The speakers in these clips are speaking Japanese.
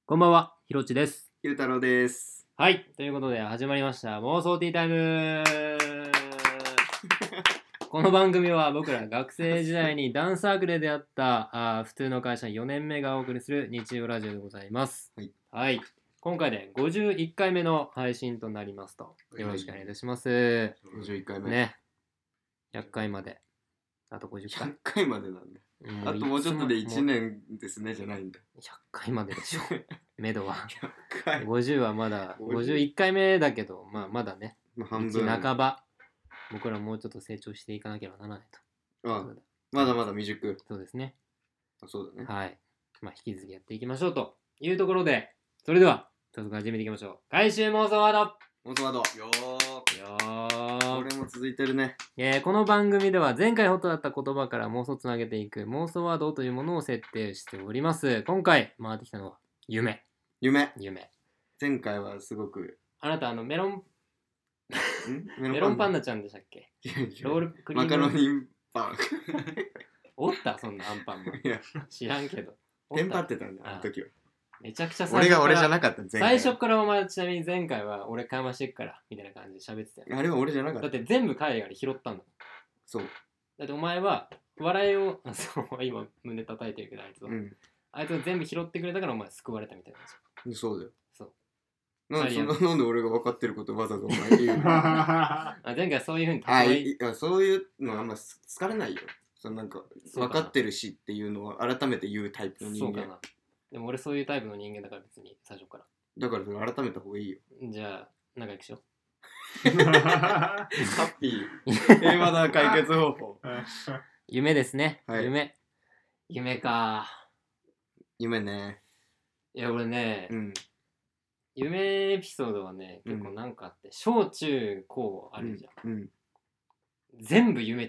こんばんは、ひろちです。 ゆうたろうです。 はい、ということで始まりました妄想ティータイムこの番組は僕ら学生時代にダンスサークルで出会った普通の会社4年目がお送りする日曜ラジオでございます。はい、今回で51回目の配信となりますと、よろしくお願いいたします。 51回目。 ね、100回まであと50回。 100回までなんだ。あともうちょっとで1年ですねじゃないんだ。 100回まででしょ。めどは。 100回。 50はまだ51回目だけど、まだね、 半分半ば。僕らもうちょっと成長していかなければならないと。 まだまだ未熟。 そうですね。 そうだね。 はい。引き続きやっていきましょうというところで、それでは早速始めていきましょう。回収妄想ワード。 妄想ワード。これも続いてるね。 この番組では前回ホットだった言葉から妄想をつなげていく妄想ワードというものを設定しております。今回回ってきたのは夢。 前回はすごく。 あなたメロンパンナちゃんでしたっけ？ロールクリームマカロニパン。 おったそんなアンパンマン。知らんけど。 テンパってたんだ、あの時は。 めちゃくちゃ俺が俺じゃなかった。 最初からお前ちなみに前回は俺会話してっからみたいな感じで喋ってたよ。 あれは俺じゃなかった。 だって全部海外で拾ったんだ。 そう。 だってお前は笑いを今胸叩いてるけどあいつが全部拾ってくれたからお前救われたみたいな感じ。そうだよ。 そう。 なんで俺が分かってることわざわざお前言うの？ 前回そういうふうにそういうのあんま好かれないよ。なんか分かってるしっていうのは改めて言うタイプの人間。 そうかな。でも俺そういうタイプの人間だから別に最初から。 だからそれ改めた方がいいよ。 じゃあ仲良くしよう。ハッピー。平和な解決方法。 夢ですね。 はい、 夢か。 夢ね。 いや俺ね、夢エピソードはね結構なんかあって、小中高あるじゃん。全部夢違った。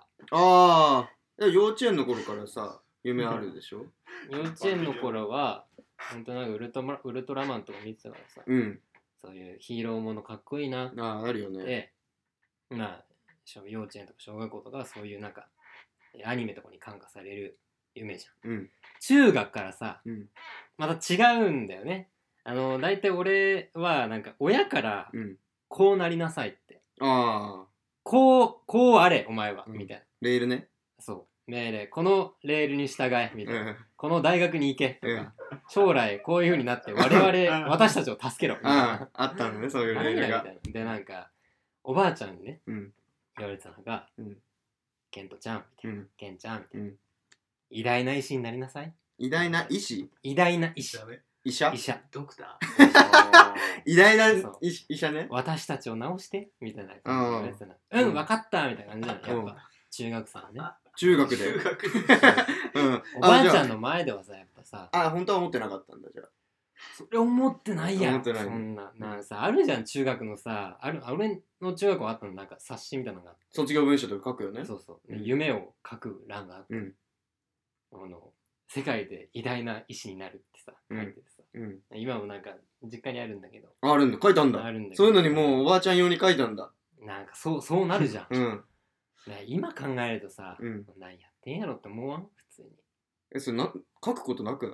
ああ、幼稚園の頃からさ夢あるでしょ。 幼稚園の頃は本当なんかウルトラマンとか見てたからさ、そういうヒーローものかっこいいな。 あるよね。 で、幼稚園とか小学校とかそういうなんかアニメとかに感化される夢じゃん。中学からさ、また違うんだよね。だいたい俺はなんか親からこうなりなさいって。こうあれお前は、みたいな。 レールね。 そう命令、このレールに従えみたいな、この大学に行けとか、将来こういう風になって私たちを助けろみたいな。 あったのね、そういうレールが。 でなんかおばあちゃんにね、言われてたのが、ケントちゃんみたいな、ケンちゃんみたいな、偉大な医師になりなさい。 偉大な医師？ 偉大な医師。医者ドクター偉大な医者ね。 私たちを治してみたいな感じで言われてたな。分かったみたいな感じなの。やっぱ中学生はね。 中学でおばあちゃんの前ではさやっぱさ、 本当は思ってなかったんだ。じゃあそれ思ってないやん。 そんなさあるじゃん、中学のさ、俺の中学校あったの、なんか冊子みたいなのがあって、 卒業文書とか書くよね。 夢を書く欄があって、世界で偉大な医師になるってさ書いててさ、今もなんか実家にあるんだけど。 あるんだ、書いたんだ。そういうのにもうおばあちゃん用に書いたんだ。 なんかそうなるじゃん。今考えるとさ、何やってんやろって思わん？普通に。 それ書くことなくない？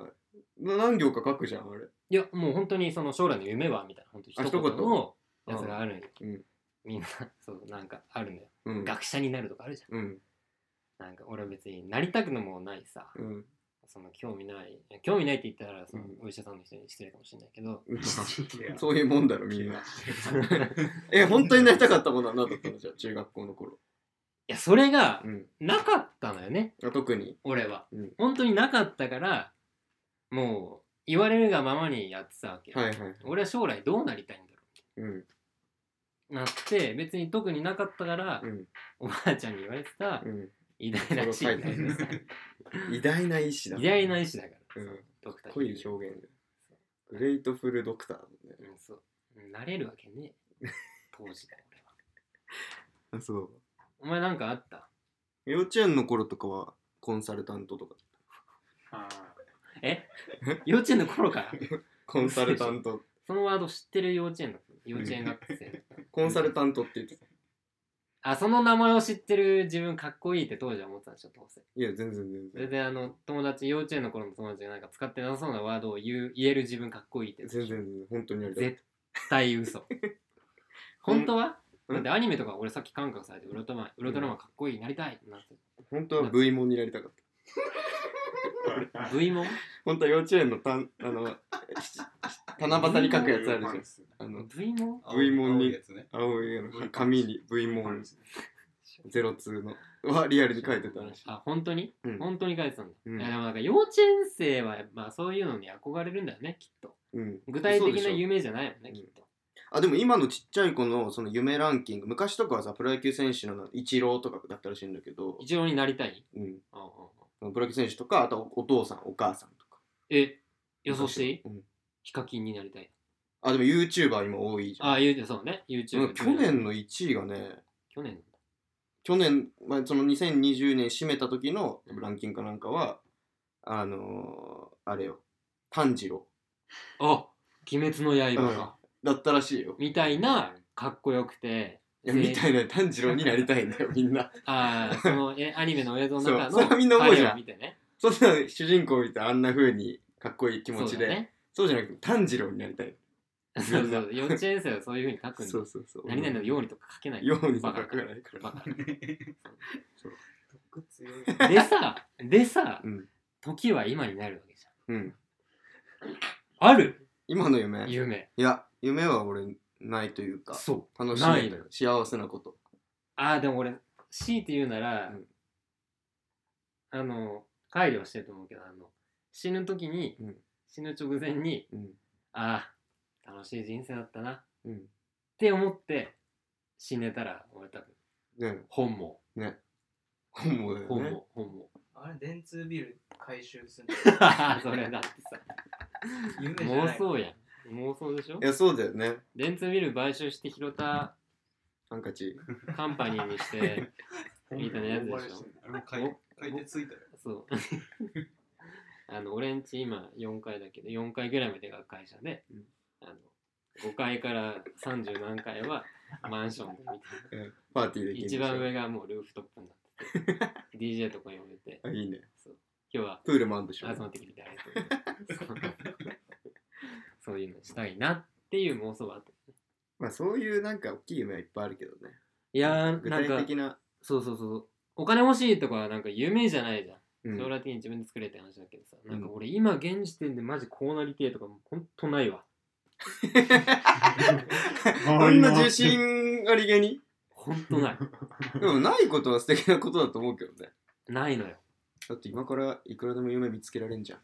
何行か書くじゃん、あれ。 いやもう本当にその将来の夢はみたいな、本当に一言のやつがあるんよ。みんなそうなんかあるんだよ。学者になるとかあるじゃん。なんか俺は別になりたくのもないさ。その興味ないって言ったらそのお医者さんの人に失礼かもしれないけど、 そういうもんだろみんな。本当になりたかったものは何だったの？じゃあ中学校の頃。 いやそれがなかったのよね。 特に俺は本当になかったから、もう言われるがままにやってたわけ。俺は将来どうなりたいんだろうなって別に特になかったから、おばあちゃんに言われてた偉大な医師。 偉大な医師だ。 偉大な医師だから。 かっこいい表現で。グレートフルドクターだね。 そうなれるわけね当時だ俺は。そう。 お前なんかあった？ 幼稚園の頃とかはコンサルタントとか。 幼稚園の頃からコンサルタント。 そのワード知ってる幼稚園学生。 コンサルタントって言ってその名前を知ってる自分かっこいいって当時は思ってたんでしょ、当然。 いや全然それで友達、幼稚園の頃の友達がなんか使ってなさそうなワードを言える自分かっこいいって全然本当にやりたい。 絶対嘘。本当はうんだってアニメとか俺さっき感覚されてウルトラマンかっこいいなりたいってなって本当は V モンになりたかった。 V モン本当は幼稚園の七夕に書くやつあるじゃん。 V モン V モンに青いやつね。 青い紙に V モン02のはリアルに書いてたらしい。 本当に、 うん本当に書いてたんだ、 うんいやでもなんか幼稚園生はまあそういうのに憧れるんだよねきっと、具体的な夢じゃないもんねきっと。 でも今のちっちゃい子のその夢ランキング、昔とかはさプロ野球選手のイチローとかだったらしいんだけど、 一郎になりたい、 プロ野球選手とか、あとお父さんお母さんとか。 予想していい、ヒカキンになりたい。 でも YouTuber 今多いじゃん。 そうね YouTube。 去年の1位がね、 去年その2020年締めた時のランキングかなんかはあれよ、炭治郎鬼滅の刃か、 だったらしいよ。 みたいなかっこよくて、 みたいな炭治郎になりたいんだよみんな。 そのアニメの映像の中それはみんなの思うじゃん彼を見てね。 そんな主人公見てあんな風にかっこいい気持ちで、そうじゃなくて炭治郎になりたい。 そう幼稚園生はそういう風に書くんだ。 そう何々のようにとか書けない。 ようにとかバカ書かないから。 バカ毒強い。 でさ、時は今になるわけじゃん。ある今の夢。 夢。 いや、夢は俺ないというか、 そう楽しい幸せなこと。 でも俺強いて言うなら、帰りはしてると思うけど、死ぬ時に、死ぬ直前に、楽しい人生だったな、って思って死ねたら俺多分、本望ね。本望だよね。 本望。 あれ電通ビル回収するそれだってさ夢じゃない。 妄想やん。妄想でしょ。 いや、そうだよね。 電通ビル買収して広田ハンカチカンパニーにしてみたいなやつでしょ。 あれも買い手ついたよ。 そう俺んち今4階だけど4階ぐらいまでが会社で、5階から30何階はマンションでみたいな、 パーティーできる。 一番上がもうルーフトップになっててDJ とか呼べて、 いいね。 今日はプールもあるでしょ。 集まってきてありがとうそういうのしたいなっていう妄想はあった、 まあそういうなんか大きい夢はいっぱいあるけどね。 いやー、 具体的な。 そうお金欲しいとかはなんか夢じゃないじゃん。将来的に自分で作れって話だけどさ、なんか俺今現時点でマジこうなりてえとかもほんとないわ。 こんな自信ありげに。 ほんとない。 でもないことは素敵なことだと思うけどね。 ないのよ。 だって今からいくらでも夢見つけられんじゃん。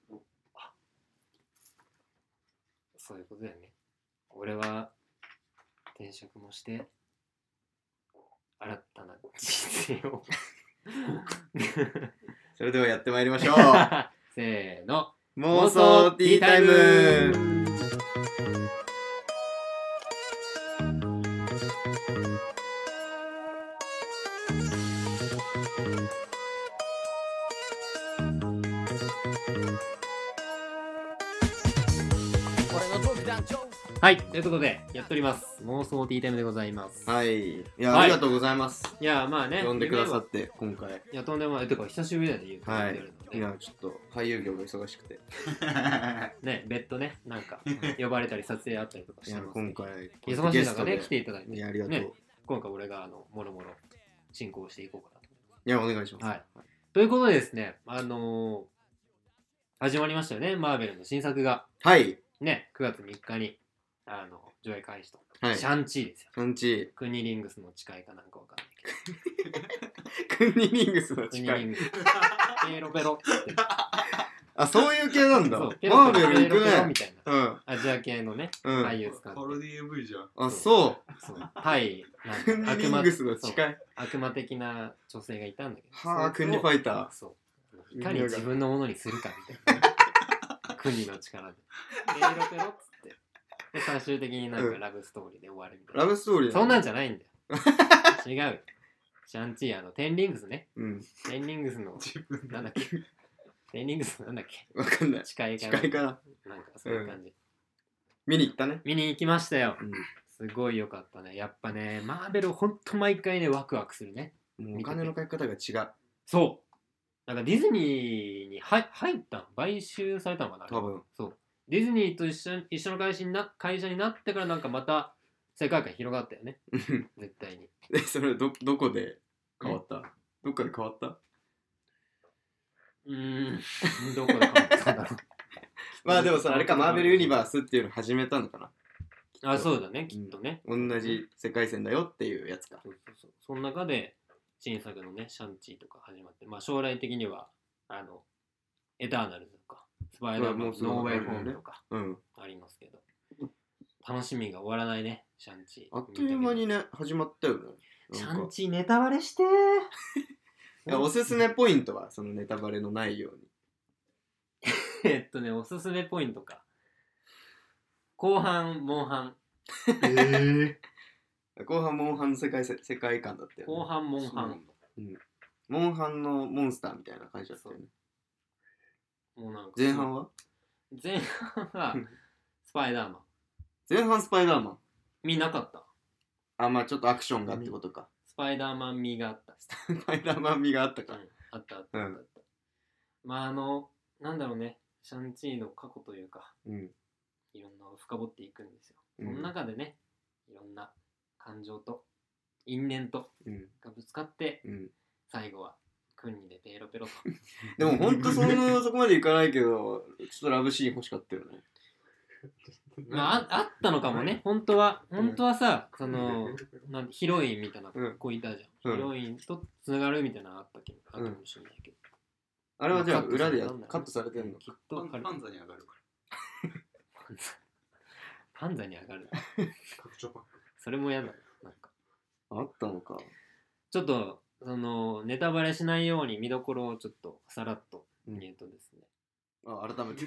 そういうことだよね。俺は転職もして新たな人生をそれではやってまいりましょう。 せーの、 妄想ティータイム。 はい、ということでやっております妄想ティータイムでございます。 はい、いや、ありがとうございます。 いや、まあね、 呼んでくださって今回。 いや、とんでもない。てか久しぶりだね、言うて。 はい。いや、ちょっと俳優業が忙しくてね、別途ね、なんか呼ばれたり撮影あったりとかしてます、 今回忙しい中ね来ていただいて、 いや、ありがとう、 ね、今回俺がもろもろ進行していこうかなと。 いや、お願いします。 はい。ということでですね、始まりましたよね、マーベルの新作が。 はい。 ね、9月3日に上映開始と。 はい。 シャンチーですよ。 シャンチー。 クニリングスの誓いかなんかわかんないけど。クニリングスの誓い。 クニリングス。ペロペロって。 あ、そういう系なんだ。マーベル行くね。 みたいな。うん。アジア系のね、俳優使って。 パロディ AV じゃん。 あ、そう。 対、 クニリングスの誓い。 悪魔的な女性がいたんだけど。 はあ、クニファイター。 そう。いかに自分のものにするかみたいな。国の力で。ペロペロっつって。で、最終的になんかラブストーリーで終わるみたいな。 ラブストーリーそんなんじゃないんだよ。違う。シャンチー、テンリングスね。テンリングスの、なんだっけ。テンリングスなんだっけ。 わかんない。 誓いかな。 誓いかな。 なんかそういう感じ。 見に行ったね。 見に行きましたよ。 すごい良かったね。やっぱね、マーベルほんと毎回ね、ワクワクするね。 もうお金のかけ方が違う。 そうなんかディズニーに入ったん買収されたのかな多分。 そう。ディズニーと一緒の会社になってからなんかまた世界観広がったよね。絶対に。 それどこで変わった？どっかで変わった？ どこで変わったんだろう。 まあでもさ、あれか、マーベルユニバースっていうの始めたのかな。 あ、そうだね、きっとね。 同じ世界線だよっていうやつか。 そう。その中で新作のね、シャンチーとか始まって、まあ将来的には、エターナルズとか、スパイダーマン、ノーウェイホームとかありますけど、楽しみが終わらないね、シャンチー。 あっという間にね、始まったよね。 シャンチーネタバレしていやおすすめポイントは、そのネタバレのないように。 おすすめポイントか。後半、モンハン。 後半、モンハンの世界観だったよね。 後半、モンハン。 モンハンのモンスターみたいな感じだったよね。 もうなんか前半はスパイダーマン。 前半スパイダーマン。 見なかった。 あ、まあちょっとアクションがってことか。 スパイダーマン味があった。 スパイダーマン味があったか。 あった。まあなんだろうね、シャンチーの過去というか、いろんなのを深掘っていくんですよ。その中でね、いろんな感情と因縁とがぶつかって、最後は君にでペロペロと。 でもほんとそこまでいかないけど、ちょっとラブシーン欲しかったよね。 まああったのかもね。本当はさ、なんヒロインみたいな子いたじゃん。ヒロインとつながるみたいなのあったかもしれないけど。 あれはじゃあ裏でカットされてんの？ きっとパンザに上がるから。 パンザに上がる。 拡張パック。 それも嫌だ。なんか。 あったのか。 ちょっとネタバレしないように見どころをちょっとさらっと言うとですね。 あ、改めて。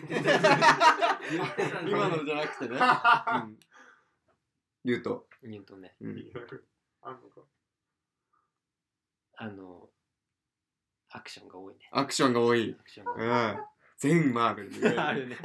今のじゃなくてね。言うとね。アクションが多いね。 アクションが多い。全マーベルで。 あるね。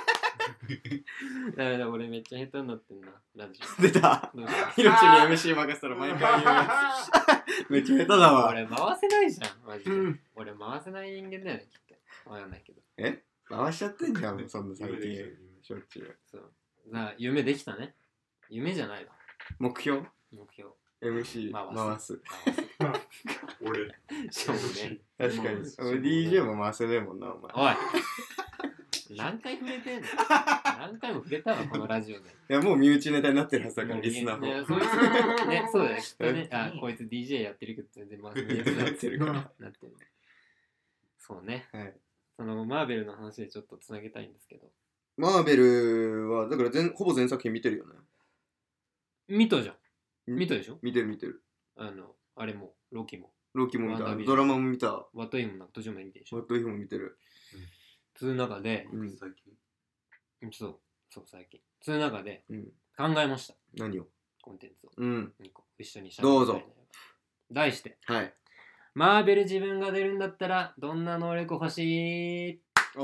だめだ、俺めっちゃ下手になってんな。ラジオ。 出た。ひろちに MC 任せたら毎回言うやつ。めっちゃ下手だわ。 俺回せないじゃん、マジで。俺回せない人間だよね、きっと。わかんないけど。 回しちゃってんじゃん、そんな最近。しょっちゅう。 そう。夢できたね。夢じゃないわ。 目標 MC 回す。 俺。 しょうもね。 確かに。DJ も回せねえもんな、お前。 おい何回触れてんの？何回も触れたわ、このラジオで。 いや、もう身内ネタになってるはずだから、リスナーも。 ね、そうだよ、きっとね。あ、こいつ DJ やってるけど全然回せねえなってるから。 なってる。そうね。マーベルの話でちょっとつなげたいんですけど。 マーベルは、だからほぼ全作品見てるよね。 見たじゃん。見たでしょ？ 見てる。 あれも、ロキも見た。ドラマも見た。 ワットイフもなんか途中まで見てるでしょ？ ワットイフも見てる。 その中で、 最近そう、最近。その中で、考えました。 何を？ コンテンツを。一緒にしゃべどうぞ。 題して、 はい。 マーベル自分が出るんだったら、どんな能力欲しい？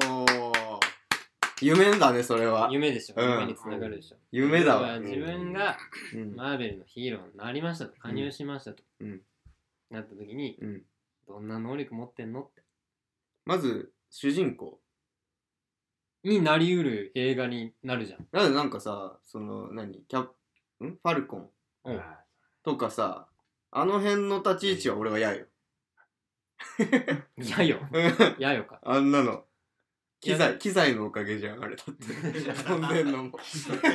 夢だね、それは。 夢でしょ。夢につながるでしょ。 夢だわ。 自分がマーベルのヒーローになりましたと、加入しましたと、なった時に、どんな能力持ってんのって。 まず、主人公になりうる映画になるじゃん。 なんかさ、ファルコンとかさ、あの辺の立ち位置は俺は嫌よ。 嫌よ。嫌よか。 あんなの。機材のおかげじゃん、あれだって。飛んでんのも。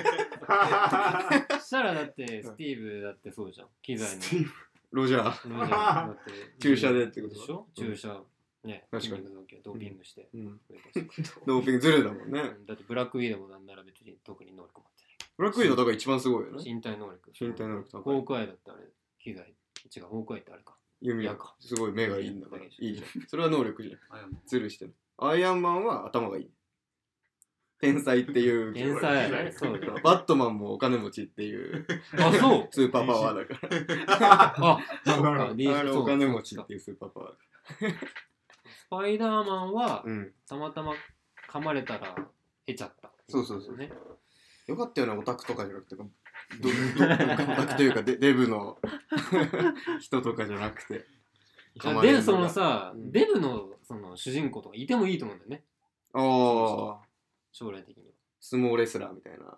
したらだって、スティーブだってそうじゃん。機材の。 ロジャー。だって注射でってことでしょ？注射。ね、 確かにドーピングして。 ドーピングずるだもんね。 だってブラックウィドウもなんなら別に特に能力持ってない。 ブラックウィドウだから一番すごいよね。 身体能力。 高い。 ホークアイだってあれ、機材。違う、ホークアイってあれか。 弓矢か。すごい目がいいんだから。いいじゃん。それは能力じゃん。ずるしてる。アイアンマンは頭がいい。天才っていう。 天才やね。そうだ。 バットマンもお金持ちっていう。 あ、そう。 スーパーパワーだから。 あ、そっか。 あれお金持ちっていうスーパーパワー。 スパイダーマンは、たまたま噛まれたら得ちゃった。 そう。よかったよね、オタクとかじゃなくて、 独学というかデブの人とかじゃなくてでそのさ、 うんデブのその主人公とかいてもいいと思うんだよね、 ああ将来的には。 相撲レスラーみたいな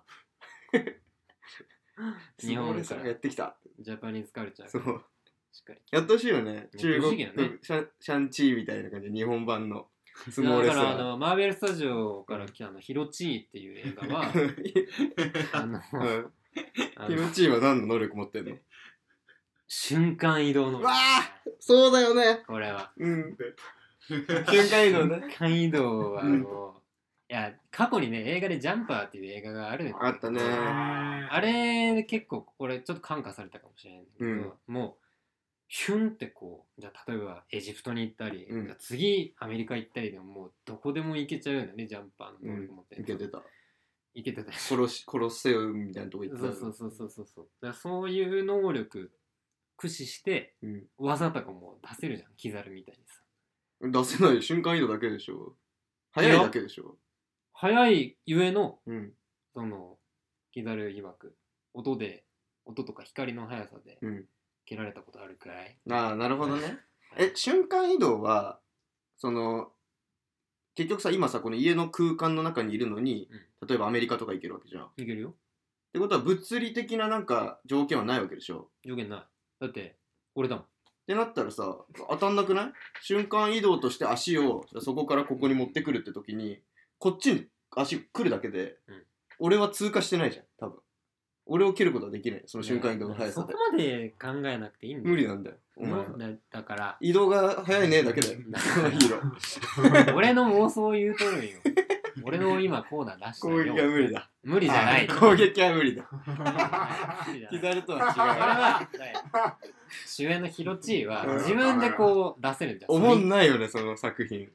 日本相撲レスラーやってきたジャパニーズカルチャーそうがしっかりやってほしいよねやって中国ほしいけどねシャンチーみたいな感じで日本版の相撲だからレスラーマーベルスタジオから来たヒロチーっていう映画はあのうんあヒロのチーは何の能力持ってんの瞬間移動のうわーそうだよねこれはうん瞬間移動ね瞬間移動はもう、いや過去にね映画でジャンパーっていう映画があるんだけどあったねあれ結構これちょっと感化されたかもしれないんだけど、もうヒュンってこうじゃあ例えばエジプトに行ったり、 うん次アメリカ行ったりでももうどこでも行けちゃうんだよねジャンパーの能力持ってるいけてた行けてた殺せよみたいなとこ行ってたそうだからそういう能力駆使してうん技とかも出せるじゃんキザルみたいにさ出せないよ瞬間移動だけでしょ早いだけでしょ速いゆえのうんそのキザル曰く音とか光の速さでうん蹴られたことあるくらい、 ああなるほどね瞬間移動はその結局さ今さこの家の空間の中にいるのに、例えばアメリカとか行けるわけじゃんっいけるよてことは物理的ななんか条件はないわけでしょ条件ないだって俺だもんってなったらさ当たんなくない瞬間移動として足をそこからここに持ってくるって時にこっちに足来るだけで、俺は通過してないじゃん多分俺を蹴ることはできないその瞬間移動の速さでそこまで考えなくていいんだよ無理なんだよお前はだから移動が速いねだけだよこのヒーロー俺の妄想を言うとるんよ俺の今コーナー出したよ攻撃は無理だ無理じゃない攻撃は無理だ無理じゃないキザルとは違うそれは主演のヒロチーは自分でこう出せるんじゃんおもんないよねその作品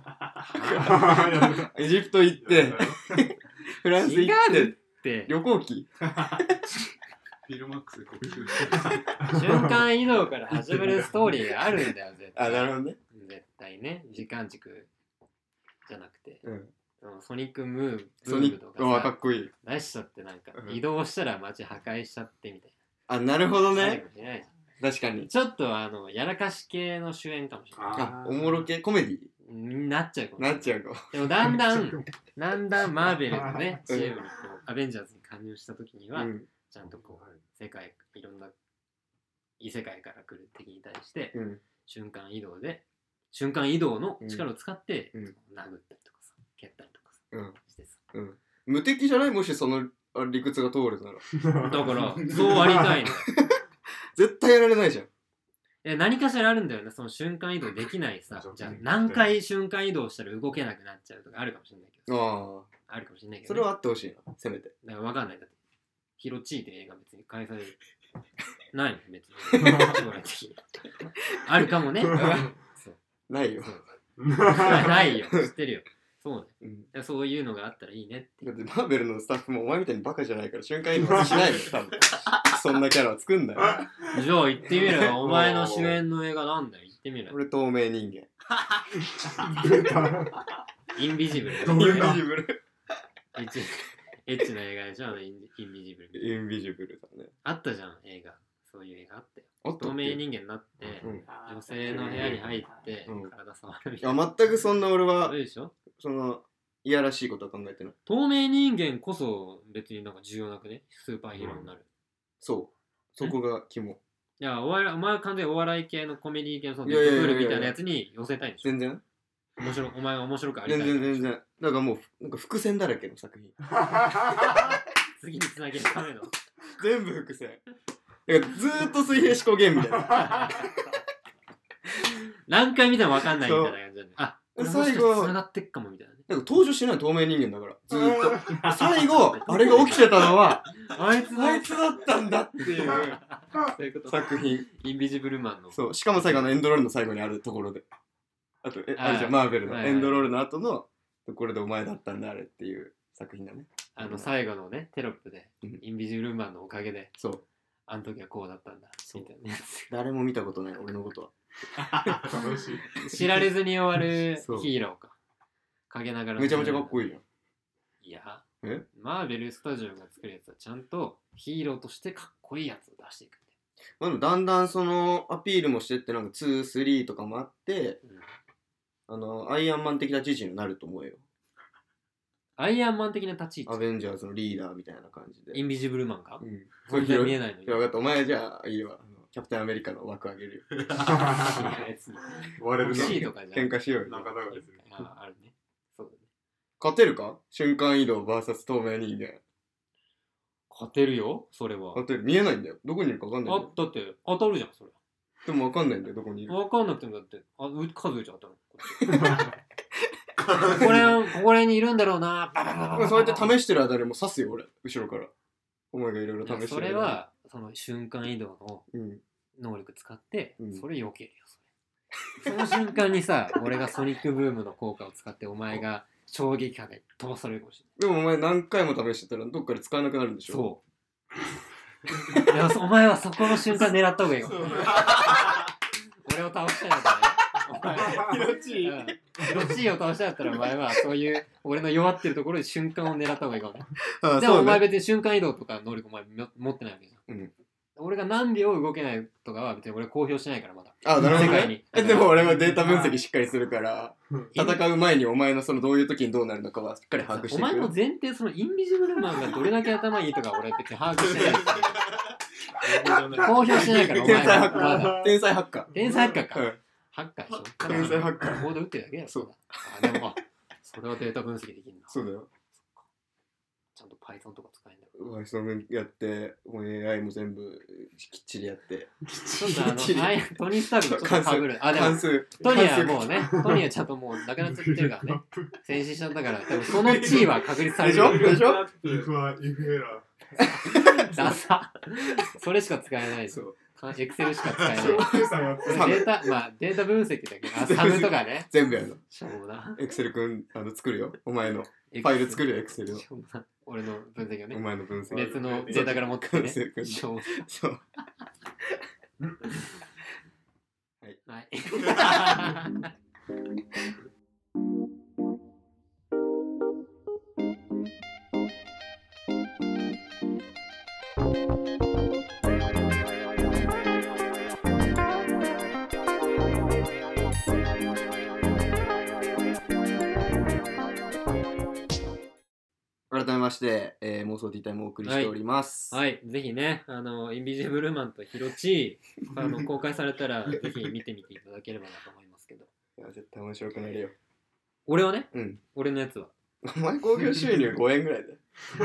エジプト行ってフランス行って旅行機フィルマックスで告知瞬間移動から始まるストーリーがあるんだよ絶対あなるほどね絶対ね時間軸じゃなくて、 うんソニックムーブソニッとクかかっこいい出しちゃってなんか移動したら街破壊しちゃってみたいあなるほどな、あるねかもしれない確かにじゃんちょっとやらかし系の主演かもしれないあおもろ系コメディなっちゃうかもしれないなっちゃうかでもだんだんマーベルのねチームにこうアベンジャーズに加入した時には、 うんちゃんとこう世界いろんな異世界から来る敵に対して、 うん瞬間移動の力を使って、 うん殴ったりとかさ蹴ったりとかさ、 うんしてさうん無敵じゃないもしその理屈が通るならだからそうありたいんだよ絶対やられないじゃん何かしらあるんだよねその瞬間移動できないさじゃあ何回瞬間移動したら動けなくなっちゃうとかあるかもしれないけどああるかもしれないけど、 それはあってほしいなせめてだから分かんないだってヒロチーって映画別に開催ないの別に将来的にあるかもねそうないよないよ知ってるよそうねうんそういうのがあったらいいねってだってマーベルのスタッフもお前みたいにバカじゃないから瞬間移動しないよ多分そんなキャラは作んなよじゃあ言ってみろよお前の主演の映画なんだよ言ってみろよ俺透明人間インビジブルインビジブルエッチな映画でしょインビジブルインビジブルだねあったじゃん映画そういう映画あったよあったっけ透明人間になって、 うん女性の部屋に入って、 うん体触るみたいな全くそんな俺はそうでしょそのいやらしいことは考えてない透明人間こそ別になんか重要なくねスーパーヒーローになる、 そうそこが肝いやお前は完全にお笑い系のコメディ系のそのいやいやいやいやデッドプールみたいなやつに寄せたいんでしょ全然お前が面白くありた全い然だからもうなんか伏線だらけの作品次につなげるための全部伏線だからずーっと水平思考ゲームみたいな何回見ても分かんないみたいな感じなんであこれもしかしてつながってっかもみたいなねなんか登場しない透明人間だからずーっと最後あれが起きてたのはあいつあいつだったんだっていうそういうこと作品インビジブルマンのそうしかも最後のエンドロールの最後にあるところであとあれじゃんマーベルのエンドロールの後のところでお前だったんだあれっていう作品だね最後のねテロップでうんインビジブルマンのおかげでそうあの時はこうだったんだそうみたいなや誰も見たことない俺のことは楽しいつ知られずに終わるそうヒーローか陰ながらめちゃめちゃかっこいいいじゃんいやえマーベルスタジオが作るやつはちゃんとヒーローとしてかっこいいやつを出していく。 まあ、でもだんだんそのアピールもしてってなんか2、3とかもあって、アイアンマン的な立ち位置になると思うよ。 アイアンマン的な立ち位置。 アベンジャーズのリーダーみたいな感じで。 インビジブルマンか。 それ見えないのに。 いや分かった。お前じゃあいいわ。キャプテンアメリカの枠あげるよ。 割れるな。 喧嘩しようよ。 仲違いする。 あるね。そうだね。 勝てるか？瞬間移動 VS 透明人間。 勝てるよ、それは。 勝てる。見えないんだよ。どこにいるか分かんないんだよ。 だって当たるじゃん、それ。 でも分かんないんだよ、どこにいるか。 分かんなくてもだって、数打ち当たる。ここにいるんだろうな。 そうやって試してる間にも刺すよ、俺。後ろから。お前がいろいろ試してる。 それは、その瞬間移動の能力使って、それ避けるよ、それ。その瞬間にさ、俺がソニックブームの効果を使って、お前が衝撃波で飛ばされるかもしれない。 でもお前何回も試してたらどっかで使えなくなるんでしょ。 そう。いや、お前はそこの瞬間狙った方がいいよ。俺を倒したいんだったらね。ヒロチーを倒したいんだったらお前はそういう俺の弱ってるところで瞬間を狙った方がいいかもね。でもお前別に瞬間移動とか能力お前持ってないわけじゃん。俺が何秒動けないとかは別に俺公表しないからまだ。 なるほど、ね、世界に。でも俺はデータ分析しっかりするから戦う前にお前のそのどういう時にどうなるのかはしっかり把握していく。 お前の前提そのインビジブルマンがどれだけ頭いいとか俺別に把握してないっていう。公表しないからお前は天才ハッカー。 天才ハッカーか。ハッカーでしょ。 天才ハッカー。 コード打ってるだけだよ。 そう。 でもそれはデータ分析できるんだ。 そうだよ。 ちゃんと Python とか使えんだよ。 Python やって、もう AI も全部きっちりやって。 ちょっとトニー・スタークとちょっとかぶる。でもトニーはもうね、トニーはちゃんともうなくなっちゃってるからね。戦死しちゃったから、多分その地位は確立される。 でしょ If エラー。ダサ。それしか使えない。そう。エクセルしか使えない。データ分析だけど、サムとかね。 全部やるの。 しょうもな。 エクセルくん作るよ。お前の。ファイル作るよ、エクセルを。 俺の分析をね。 お前の分析。 別のデータから持ってきてね。しょうもな。 そう。 はい。 改めまして、妄想ティータイムをお送りしております。 はい、ぜひね、インビジブルマンとヒロチ公開されたらぜひ見てみていただければなと思いますけど。 いや、絶対面白くなるよ。 俺はね、俺のやつは。 お前興行収入5円ぐらいで。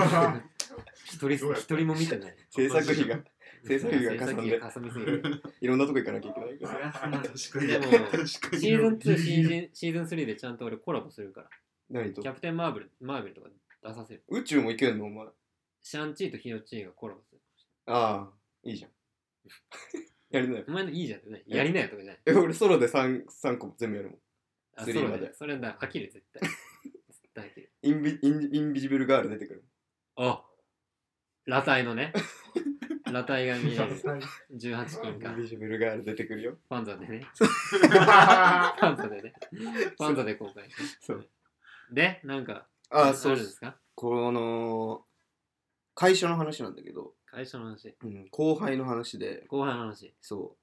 一人も見てない。 制作費がかさんで。 かさみすぎる。 いろんなとこ行かなきゃいけないから。 でも、シーズン2、シーズン3でちゃんと俺コラボするから。 何と？ キャプテンマーベルとか出させる。 宇宙も行けんのお前。 シャンチーとヒロチーがコラボする。 ああ、いいじゃん。やりなよ。 お前のいいじゃんってね。やりなよとかじゃない。 俺ソロで3個全部やるもん。 3まで。それだ、飽きる絶対。絶対飽きる。 インビジブルガール出てくる。 あ、裸体のね。裸体が見える18金か。 インビジブルガール出てくるよ。 ファンザでね。ファンザで公開して。 そう。 で、なんか、 そうですか？ この会社の話なんだけど。 会社の話。 後輩の話で。 後輩の話。 そう。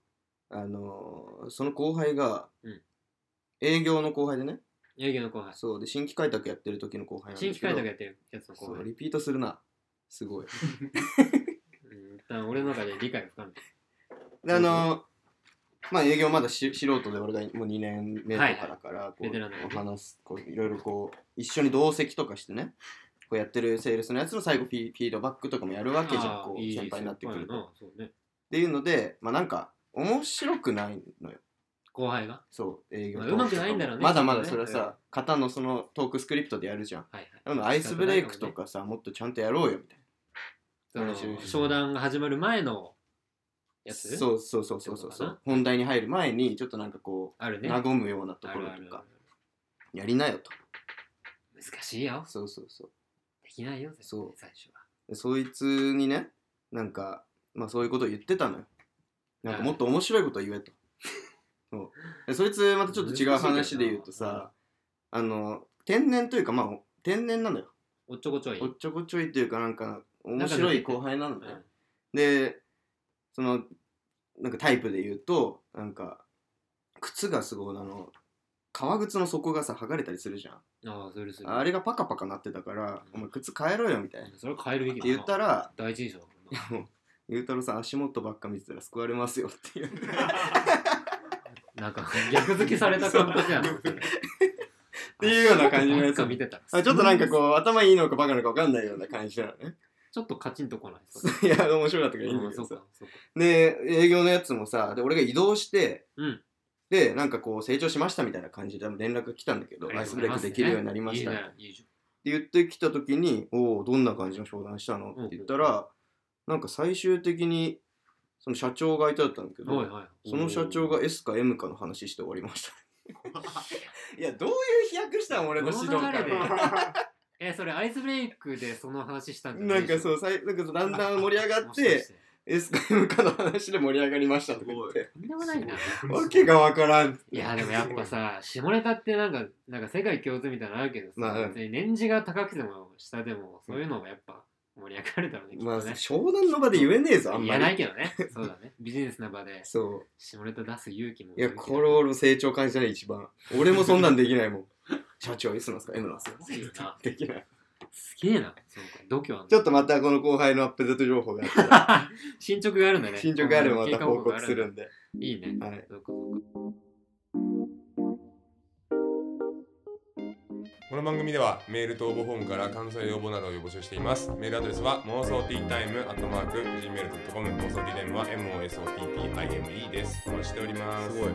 その後輩が、営業の後輩でね。 営業の後輩。 そうで、新規開拓やってる時の後輩なんだけど。 新規開拓やってるやつの後輩。 そう、リピートするな。すごい。 俺の中で理解が深めて。 で、まあ営業まだ素人で俺がもう2年目とかだから、こう話す、こういろいろこう一緒に同席とかしてね、こうやってるセールスのやつの最後フィードバックとかもやるわけじゃん、こう先輩になってくると。っていうので、まあなんか面白くないのよ。 後輩が。 そう営業。 うまくないんだろうね。 まだまだそれはさ、型のそのトークスクリプトでやるじゃん。アイスブレイクとかさ、もっとちゃんとやろうよみたいな。 商談が始まる前のやつ。 そう本題に入る前にちょっとなんかこう和むようなところとかやりなよと。 難しいよ。 そうできないよ絶対最初は。 そいつにね、なんかまあそういうことを言ってたのよ。なんかもっと面白いことを言えと。そいつまたちょっと違う話で言うとさ、天然というかまあ天然なのよ。 おっちょこちょいっていうかなんか面白い後輩なのね、でそのなんかタイプで言うとなんか靴がすごい革靴の底がさ剥がれたりするじゃん。あれがパカパカなってたから、お前靴変えろよみたいな。 それは変えるべきだって言ったら、 第一印象だもんな。 ゆうたろうさん足元ばっか見てたら救われますよっていうなんか逆付けされた感覚やなっていうような感じのやつ見てたちょっとなんかこう頭いいのかバカなのか分かんないような感じなのね。 ちょっとカチンとこないいや面白かったからいいんだけどさ。で営業のやつもさで俺が移動して、でなんかこう成長しましたみたいな感じで連絡が来たんだけど、アイスブレイクできるようになりましたって言ってきた時に、おおどんな感じの商談したのって言ったら、なんか最終的にその社長がいただったんだけど、その社長が S か M かの話して終わりましたいやどういう飛躍したん俺の指導官それアイスブレイクでその話したんじゃないなんかそうなんかだんだん盛り上がってS か M かの話で盛り上がりましたとか言ってとんでもないなわけがわからん。 いやでもやっぱさ下ネタってなんか世界共通みたいなのあるけどさ、別に年次が高くても下でもそういうのがやっぱ盛り上がるだろうね、きっとね。 まあ商談の場で言えねえぞ、あんまり。 言えないけどね。そうだね。ビジネスな場で下ネタ出す勇気も。 いや、これ俺成長感じたね、一番。俺もそんなんできないもん。社長 S なんすか M なんすかできない。 すげえな。そうか。度胸ある。 ちょっとまたこの後輩のアップデート情報があったら進捗があるんだね。 進捗があるのまた報告するんで。 いいね。 はい。 この番組ではメールと応募フォームから感想や要望などを募集しています。メールアドレスは妄想ティータイム@gmail.com、妄想ティータイムは MOSOTTIME です。お待ちしております。すごい。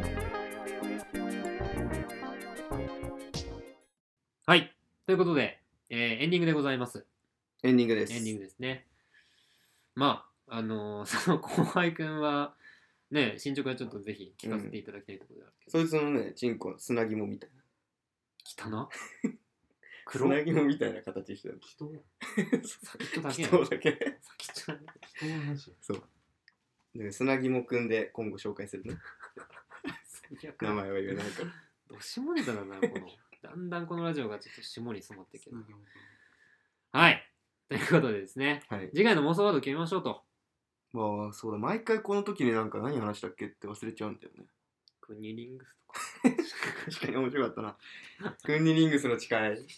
はい。ということで、エンディングでございます。 エンディングです。 エンディングですね。まあ、その後輩くんは、ね、進捗はちょっとぜひ聞かせていただきたいところであるけど。 そいつのね、チンコ砂肝みたいな。 汚砂肝みたいな形してる。 人だけ人だけ。 人の話。 そう。で砂肝くんで今後紹介するね。名前は言えないから。 ど下ネタだな、この。だんだんこのラジオがちょっと下に染まってきてる。はい。ということでですね、はい、次回の妄想ワード決めましょうと。 まあ、そうだ、毎回この時になんか何話したっけって忘れちゃうんだよね。 クニリングスとか。 確かに面白かったな。クニリングスの誓い。 やり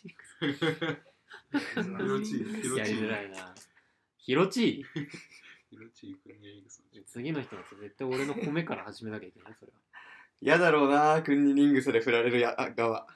づらいな。ヒロチー次の人は絶対俺の米から始めなきゃいけない、それは。 嫌だろうな、クニリングスで振られる側。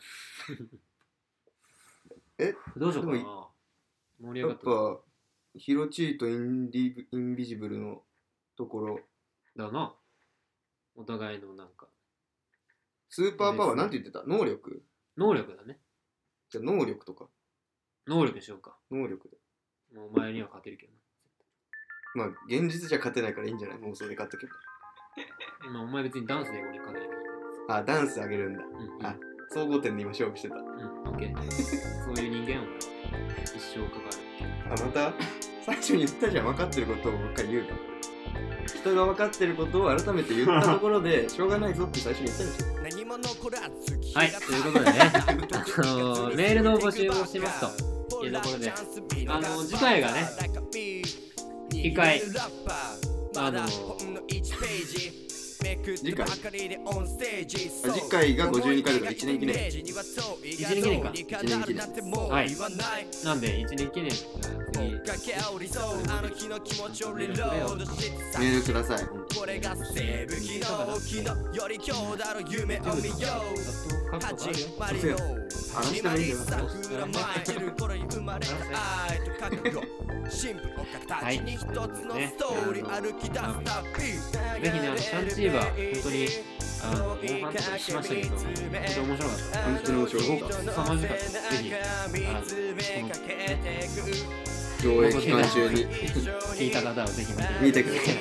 どうしようかな。盛り上がった。 やっぱヒロチーとインビジブルのところだな。お互いのなんかスーパーパワーなんて言ってた？能力だね。 じゃあ能力とか。 能力にしようか。 能力で。もうお前には勝てるけどな。まあ現実じゃ勝てないからいいんじゃない？妄想で勝っとけば。 まあお前別にダンスで俺に勝てない。 あ、ダンスあげるんだ。あ、総合点で今勝負してた。 オッケー。そういう人間を一生かかる。 あ、また最初に言ったじゃん、分かってることをもう一回言うの。人が分かってることを改めて言ったところでしょうがないぞって最初に言ったでしょ。 はい、ということでねメールの募集をしますというところで次回がね1回次回が52回だから1年記念。 1年記念か。 1年記念。 はい。なんで1年記念メールください。話したらいいんだよ。 はい。ね。ぜひね、シャンチーバー、本当に後半とかしましたけど、本当に面白かった。 本当に面白かった。 凄まじかった。ぜひ、 上映期間中に聞いた方はぜひ見てください。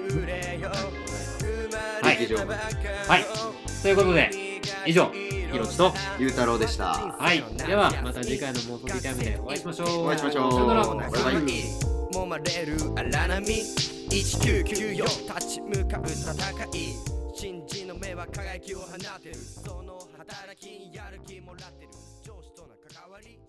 はい。はい。ということで、以上、ひろちとゆうたろうでした。 はい。では、また次回の妄想ティータイムでお会いしましょう。 お会いしましょう。 さよなら。 バイバイ。 もまれる荒波1994立ち向かう戦い信じの目は輝きを放てるその働きにやる気もらってる上司との関わり